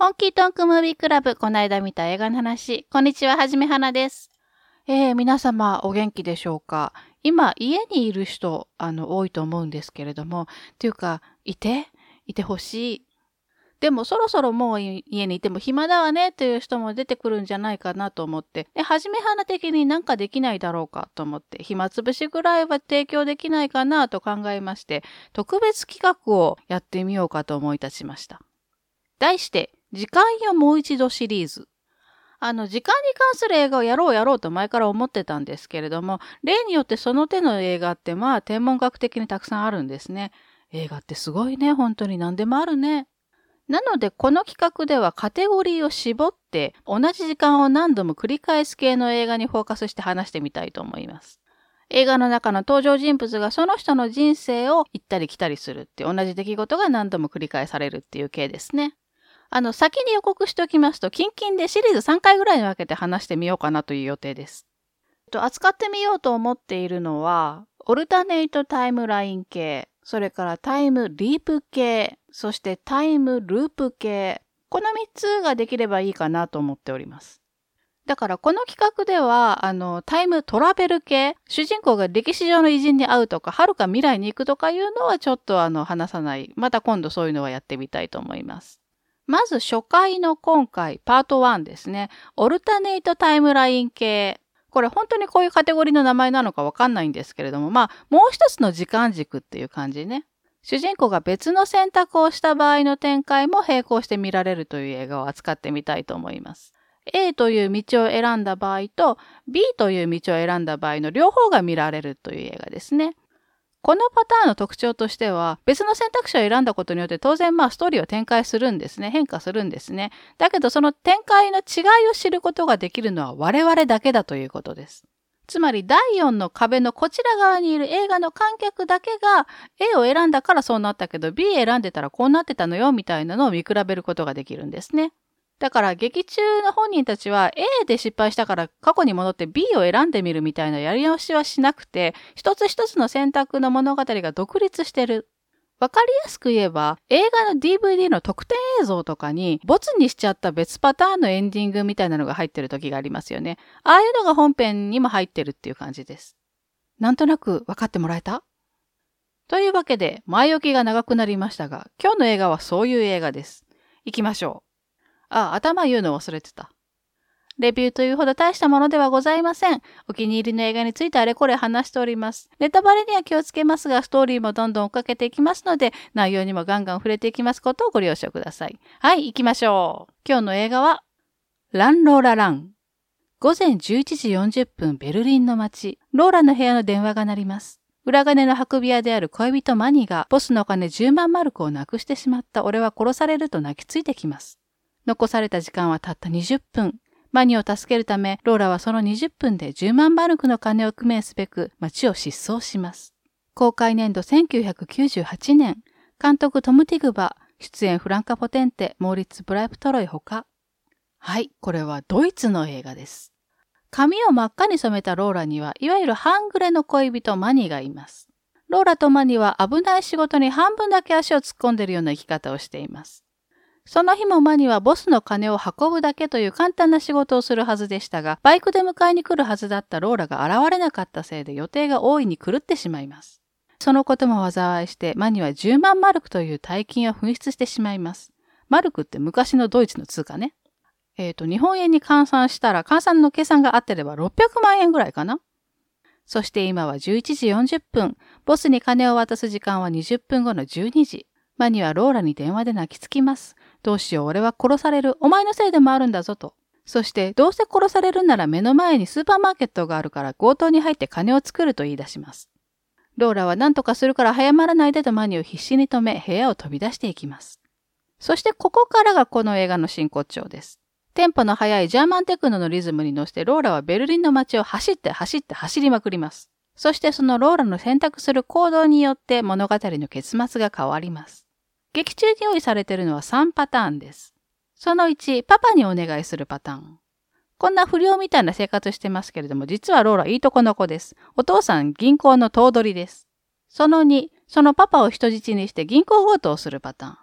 ホンキートンクムービークラブ、この間見た映画の話。こんにちは、はじめはなです。皆様お元気でしょうか？今、家にいる人、多いと思うんですけれども、っていうか、いてほしい。でもそろそろもう家にいても暇だわねという人も出てくるんじゃないかなと思って、はじめはな的になんかできないだろうかと思って、暇つぶしぐらいは提供できないかなと考えまして、特別企画をやってみようかと思い立ちました。題して、時間よもう一度シリーズ。時間に関する映画をやろうと前から思ってたんですけれども、例によってその手の映画って天文学的にたくさんあるんですね。映画ってすごいね、本当に何でもあるね。なのでこの企画ではカテゴリーを絞って同じ時間を何度も繰り返す系の映画にフォーカスして話してみたいと思います。映画の中の登場人物がその人の人生を行ったり来たりするって同じ出来事が何度も繰り返されるっていう系ですね。先に予告しておきますと、近々でシリーズ3回ぐらいに分けて話してみようかなという予定です。扱ってみようと思っているのは、オルタネイトタイムライン系、それからタイムリープ系、そしてタイムループ系、この3つができればいいかなと思っております。だからこの企画では、タイムトラベル系、主人公が歴史上の偉人に会うとか、遥か未来に行くとかいうのはちょっと話さない。また今度そういうのはやってみたいと思います。まず初回の今回、パート1ですね。オルタネイトタイムライン系。これ本当にこういうカテゴリーの名前なのかわかんないんですけれども、もう一つの時間軸っていう感じね。主人公が別の選択をした場合の展開も並行して見られるという映画を扱ってみたいと思います。A という道を選んだ場合と B という道を選んだ場合の両方が見られるという映画ですね。このパターンの特徴としては、別の選択肢を選んだことによって当然ストーリーを展開するんですね。変化するんですね。だけどその展開の違いを知ることができるのは我々だけだということです。つまり第4の壁のこちら側にいる映画の観客だけが A を選んだからそうなったけど B 選んでたらこうなってたのよみたいなのを見比べることができるんですね。だから劇中の本人たちは A で失敗したから過去に戻って B を選んでみるみたいなやり直しはしなくて、一つ一つの選択の物語が独立してる。わかりやすく言えば、映画の DVD の特典映像とかにボツにしちゃった別パターンのエンディングみたいなのが入ってる時がありますよね。ああいうのが本編にも入ってるっていう感じです。なんとなくわかってもらえた？というわけで、前置きが長くなりましたが、今日の映画はそういう映画です。行きましょう。頭言うの忘れてた。レビューというほど大したものではございません。お気に入りの映画についてあれこれ話しております。ネタバレには気をつけますが、ストーリーもどんどん追っかけていきますので、内容にもガンガン触れていきますことをご了承ください。はい、行きましょう。今日の映画は、ランローララン。午前11時40分、ベルリンの街。ローラの部屋の電話が鳴ります。裏金の運び屋である恋人マニが、ボスのお金10万マルクをなくしてしまった俺は殺されると泣きついてきます。残された時間はたった20分。マニを助けるため、ローラはその20分で10万マルクの金を工面すべく街を失踪します。公開年度1998年、監督トム・ティグバ、出演フランカ・ポテンテ、モーリッツ・ブライプトロイほか。はい、これはドイツの映画です。髪を真っ赤に染めたローラには、いわゆる半グレの恋人マニがいます。ローラとマニは危ない仕事に半分だけ足を突っ込んでいるような生き方をしています。その日もマニはボスの金を運ぶだけという簡単な仕事をするはずでしたが、バイクで迎えに来るはずだったローラが現れなかったせいで予定が大いに狂ってしまいます。そのことも災いして、マニは10万マルクという大金を紛失してしまいます。マルクって昔のドイツの通貨ね。日本円に換算したら、換算の計算が合ってれば600万円ぐらいかな。そして今は11時40分、ボスに金を渡す時間は20分後の12時。マニはローラに電話で泣きつきます。どうしよう、俺は殺される。お前のせいでもあるんだぞと。そして、どうせ殺されるなら目の前にスーパーマーケットがあるから強盗に入って金を作ると言い出します。ローラは何とかするから早まらないでとマニを必死に止め、部屋を飛び出していきます。そしてここからがこの映画の真骨頂です。テンポの速いジャーマンテクノのリズムに乗せてローラはベルリンの街を走りまくります。そしてそのローラの選択する行動によって物語の結末が変わります。劇中に用意されているのは3パターンです。その1、パパにお願いするパターン。こんな不良みたいな生活してますけれども、実はローラいいとこの子です。お父さん銀行の頭取です。その2、そのパパを人質にして銀行強盗をするパターン。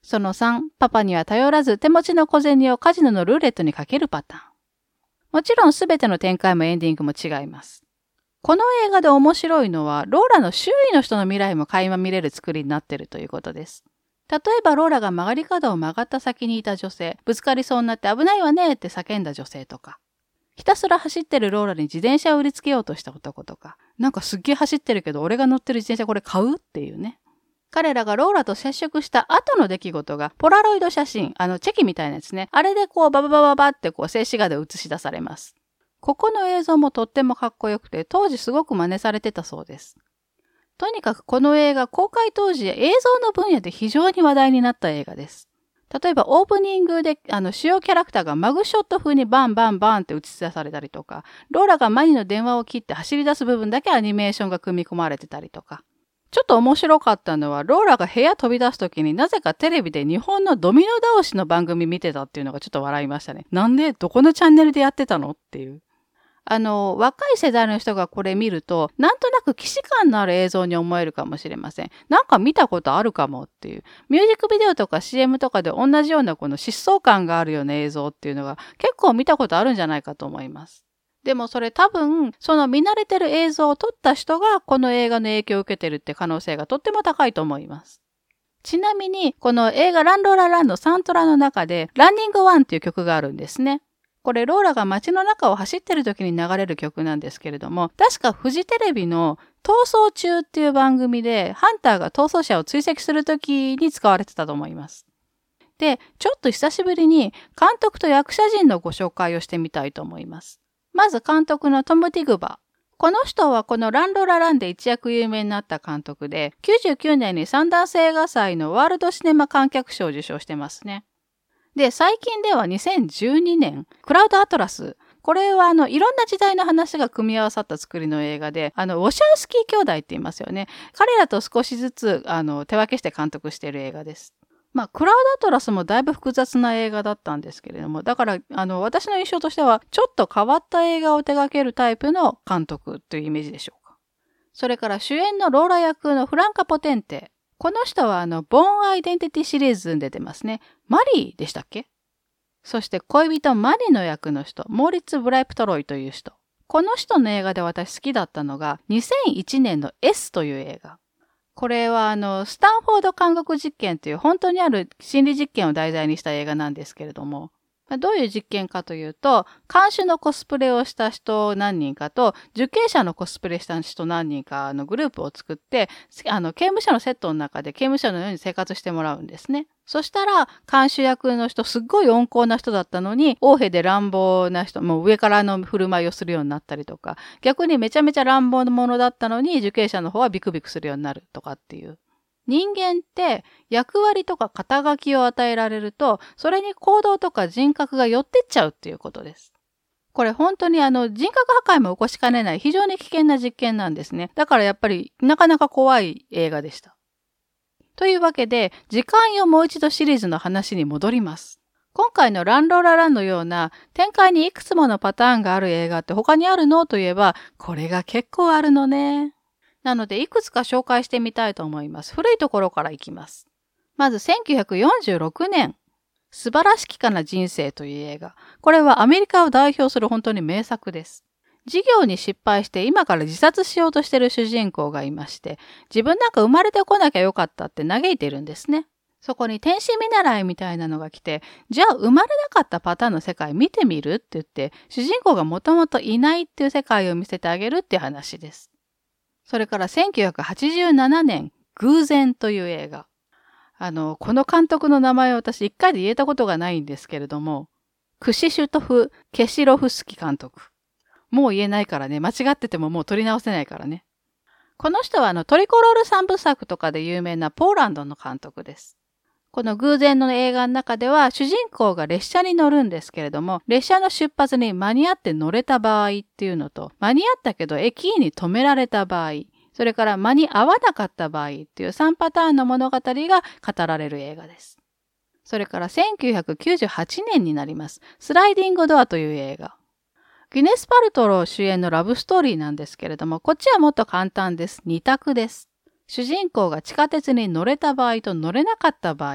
その3、パパには頼らず手持ちの小銭をカジノのルーレットにかけるパターン。もちろん全ての展開もエンディングも違います。この映画で面白いのは、ローラの周囲の人の未来も垣間見れる作りになっているということです。例えばローラが曲がり角を曲がった先にいた女性、ぶつかりそうになって危ないわねって叫んだ女性とか、ひたすら走ってるローラに自転車を売りつけようとした男とか、なんかすっげえ走ってるけど俺が乗ってる自転車これ買うっていうね。彼らがローラと接触した後の出来事がポラロイド写真、チェキみたいなやつね。あれでバババババって静止画で映し出されます。ここの映像もとってもかっこよくて、当時すごく真似されてたそうです。とにかくこの映画、公開当時映像の分野で非常に話題になった映画です。例えばオープニングで主要キャラクターがマグショット風にバンバンバンって映し出されたりとか、ローラがマニの電話を切って走り出す部分だけアニメーションが組み込まれてたりとか。ちょっと面白かったのは、ローラが部屋飛び出すときになぜかテレビで日本のドミノ倒しの番組見てたっていうのがちょっと笑いましたね。なんでどこのチャンネルでやってたのっていう。若い世代の人がこれ見ると、なんとなく既視感のある映像に思えるかもしれません。なんか見たことあるかもっていう。ミュージックビデオとか CM とかで同じようなこの疾走感があるような映像っていうのが結構見たことあるんじゃないかと思います。でもそれ多分、その見慣れてる映像を撮った人がこの映画の影響を受けてるって可能性がとっても高いと思います。ちなみに、この映画ランローラランのサントラの中で、ランニングワンっていう曲があるんですね。これ、ローラが街の中を走ってる時に流れる曲なんですけれども、確かフジテレビの逃走中っていう番組で、ハンターが逃走者を追跡する時に使われてたと思います。で、ちょっと久しぶりに監督と役者陣のご紹介をしてみたいと思います。まず監督のトム・ティグバー。この人はこのランロラランで一躍有名になった監督で、99年にサンダース映画祭のワールドシネマ観客賞を受賞してますね。で、最近では2012年、クラウドアトラス。これはいろんな時代の話が組み合わさった作りの映画で、ウォシャウスキー兄弟って言いますよね。彼らと少しずつ、手分けして監督している映画です。クラウドアトラスもだいぶ複雑な映画だったんですけれども、だから、私の印象としては、ちょっと変わった映画を手掛けるタイプの監督というイメージでしょうか。それから主演のローラ役のフランカ・ポテンテ。この人はボーン・アイデンティティシリーズに出てますね。マリーでしたっけ？そして恋人マリの役の人、モーリッツ・ブライプトロイという人。この人の映画で私好きだったのが、2001年の S という映画。これはスタンフォード監獄実験という本当にある心理実験を題材にした映画なんですけれども、どういう実験かというと、看守のコスプレをした人何人かと、受刑者のコスプレした人何人かのグループを作って、刑務所のセットの中で刑務所のように生活してもらうんですね。そしたら、看守役の人、すっごい温厚な人だったのに、横柄で乱暴な人、もう上からの振る舞いをするようになったりとか、逆にめちゃめちゃ乱暴なものだったのに、受刑者の方はビクビクするようになるとかっていう。人間って役割とか肩書きを与えられると、それに行動とか人格が寄ってっちゃうっていうことです。これ本当に人格破壊も起こしかねない非常に危険な実験なんですね。だからやっぱりなかなか怖い映画でした。というわけで、時間よもう一度シリーズの話に戻ります。今回のランローラランのような展開にいくつものパターンがある映画って他にあるのといえば、これが結構あるのね。なので、いくつか紹介してみたいと思います。古いところからいきます。まず、1946年、素晴らしきかな人生という映画。これはアメリカを代表する本当に名作です。事業に失敗して今から自殺しようとしている主人公がいまして、自分なんか生まれてこなきゃよかったって嘆いているんですね。そこに天使見習いみたいなのが来て、じゃあ生まれなかったパターンの世界見てみるって言って、主人公がもともといないっていう世界を見せてあげるっていう話です。それから1987年、偶然という映画。この監督の名前を私一回で言えたことがないんですけれども、クシシュトフ・ケシロフスキ監督。もう言えないからね、間違っててももう取り直せないからね。この人はトリコロール三部作とかで有名なポーランドの監督です。この偶然の映画の中では主人公が列車に乗るんですけれども、列車の出発に間に合って乗れた場合っていうのと、間に合ったけど駅員に止められた場合、それから間に合わなかった場合っていう3パターンの物語が語られる映画です。それから1998年になります。スライディングドアという映画。ギネス・パルトロー主演のラブストーリーなんですけれども、こっちはもっと簡単です。2択です。主人公が地下鉄に乗れた場合と乗れなかった場合、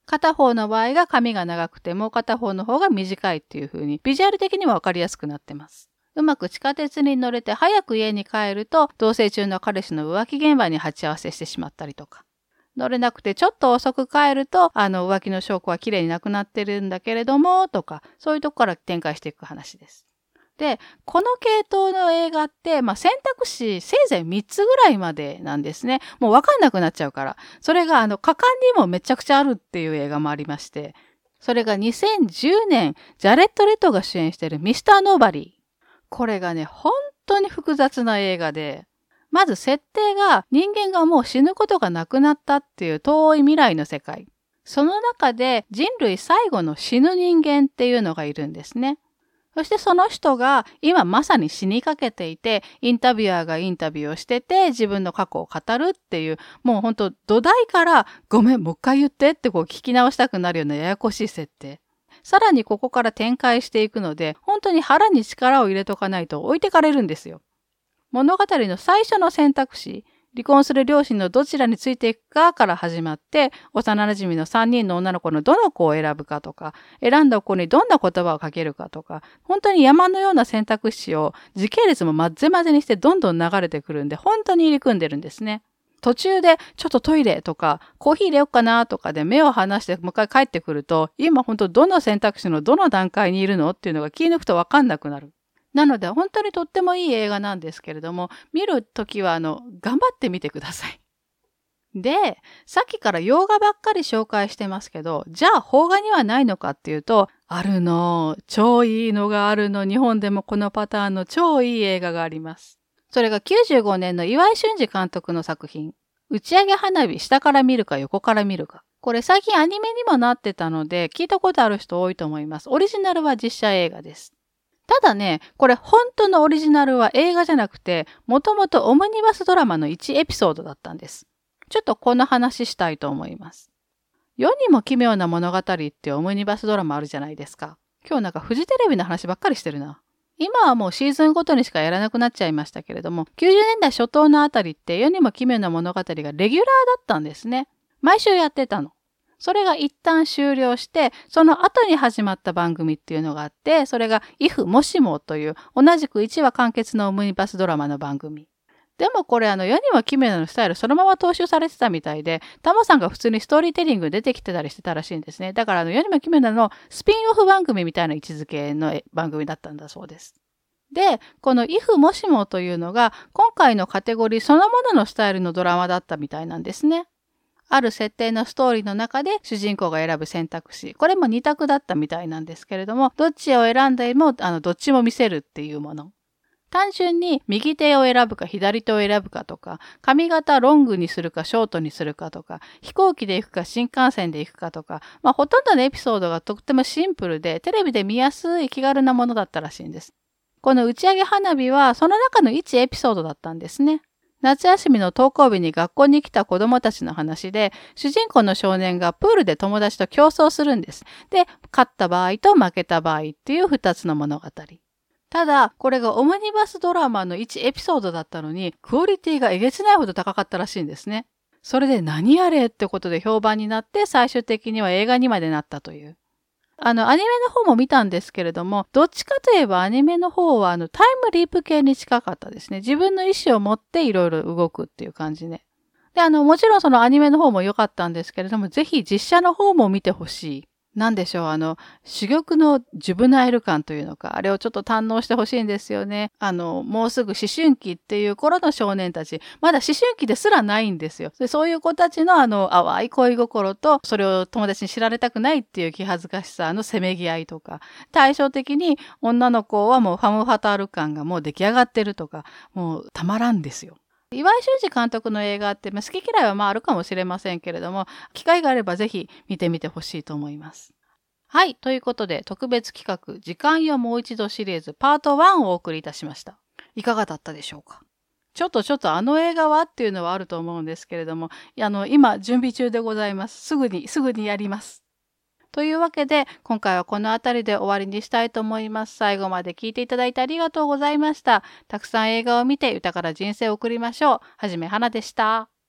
片方の場合が髪が長くてもう片方の方が短いっていう風にビジュアル的にもわかりやすくなってます。うまく地下鉄に乗れて早く家に帰ると同棲中の彼氏の浮気現場に鉢合わせしてしまったりとか。乗れなくてちょっと遅く帰ると浮気の証拠はきれいになくなってるんだけれどもとかそういうとこから展開していく話です。で、この系統の映画って、選択肢せいぜい3つぐらいまでなんですね。もうわかんなくなっちゃうから。それが果敢にもめちゃくちゃあるっていう映画もありまして、それが2010年、ジャレット・レトが主演しているミスター・ノーバリー。これがね、本当に複雑な映画で、まず設定が人間がもう死ぬことがなくなったっていう遠い未来の世界。その中で人類最後の死ぬ人間っていうのがいるんですね。そしてその人が今まさに死にかけていて、インタビュアーがインタビューをしてて、自分の過去を語るっていう、もうほんと土台からごめん、もう一回言ってって聞き直したくなるようなややこしい設定。さらにここから展開していくので、本当に腹に力を入れとかないと置いてかれるんですよ。物語の最初の選択肢、離婚する両親のどちらについていくかから始まって、幼馴染の3人の女の子のどの子を選ぶかとか、選んだ子にどんな言葉をかけるかとか、本当に山のような選択肢を時系列も混ぜ混ぜにしてどんどん流れてくるんで、本当に入り組んでるんですね。途中でちょっとトイレとかコーヒー入れようかなとかで目を離してもう一回帰ってくると、今本当どの選択肢のどの段階にいるのっていうのが気抜くとわかんなくなる。なので本当にとってもいい映画なんですけれども、見るときは頑張ってみてください。で、さっきから洋画ばっかり紹介してますけど、じゃあ邦画にはないのかっていうと、あるの。超いいのがあるの。日本でもこのパターンの超いい映画があります。それが95年の岩井俊二監督の作品。打ち上げ花火、下から見るか横から見るか。これ最近アニメにもなってたので、聞いたことある人多いと思います。オリジナルは実写映画です。ただね、これ本当のオリジナルは映画じゃなくて、もともとオムニバスドラマの1エピソードだったんです。ちょっとこの話したいと思います。世にも奇妙な物語ってオムニバスドラマあるじゃないですか。今日なんかフジテレビの話ばっかりしてるな。今はもうシーズンごとにしかやらなくなっちゃいましたけれども、90年代初頭のあたりって世にも奇妙な物語がレギュラーだったんですね。毎週やってたの。それが一旦終了して、その後に始まった番組っていうのがあって、それが if もしもという同じく1話完結のオムニバスドラマの番組。でもこれ世にも奇妙なのスタイルそのまま踏襲されてたみたいで、タモさんが普通にストーリーテリング出てきてたりしてたらしいんですね。だから世にも奇妙なのスピンオフ番組みたいな位置づけの番組だったんだそうです。で、この if もしもというのが今回のカテゴリーそのもののスタイルのドラマだったみたいなんですね。ある設定のストーリーの中で主人公が選ぶ選択肢。これも2択だったみたいなんですけれども、どっちを選んでも、どっちも見せるっていうもの。単純に右手を選ぶか左手を選ぶかとか、髪型ロングにするかショートにするかとか、飛行機で行くか新幹線で行くかとか、ほとんどのエピソードがとってもシンプルで、テレビで見やすい気軽なものだったらしいんです。この打ち上げ花火はその中の1エピソードだったんですね。夏休みの登校日に学校に来た子供たちの話で、主人公の少年がプールで友達と競争するんです。で、勝った場合と負けた場合っていう2つの物語。ただ、これがオムニバスドラマの1エピソードだったのに、クオリティがえげつないほど高かったらしいんですね。それで何あれってことで評判になって、最終的には映画にまでなったという。アニメの方も見たんですけれども、どっちかといえばアニメの方はタイムリープ系に近かったですね。自分の意思を持っていろいろ動くっていう感じね。で、もちろんそのアニメの方も良かったんですけれども、ぜひ実写の方も見てほしい。なんでしょう、珠玉のジュブナイル感というのか、あれをちょっと堪能してほしいんですよね。もうすぐ思春期っていう頃の少年たち、まだ思春期ですらないんですよ。でそういう子たちの淡い恋心と、それを友達に知られたくないっていう気恥ずかしさのせめぎ合いとか、対照的に女の子はもうファム・ファタール感がもう出来上がってるとか、もうたまらんですよ。岩井俊二監督の映画って、好き嫌いはあるかもしれませんけれども、機会があればぜひ見てみてほしいと思います。はい。ということで、特別企画、時間よもう一度シリーズパート1をお送りいたしました。いかがだったでしょうか？ちょっと映画はっていうのはあると思うんですけれども、今準備中でございます。すぐにやります。というわけで、今回はこの辺りで終わりにしたいと思います。最後まで聞いていただいてありがとうございました。たくさん映画を見て豊かな人生を送りましょう。はじめはなでした。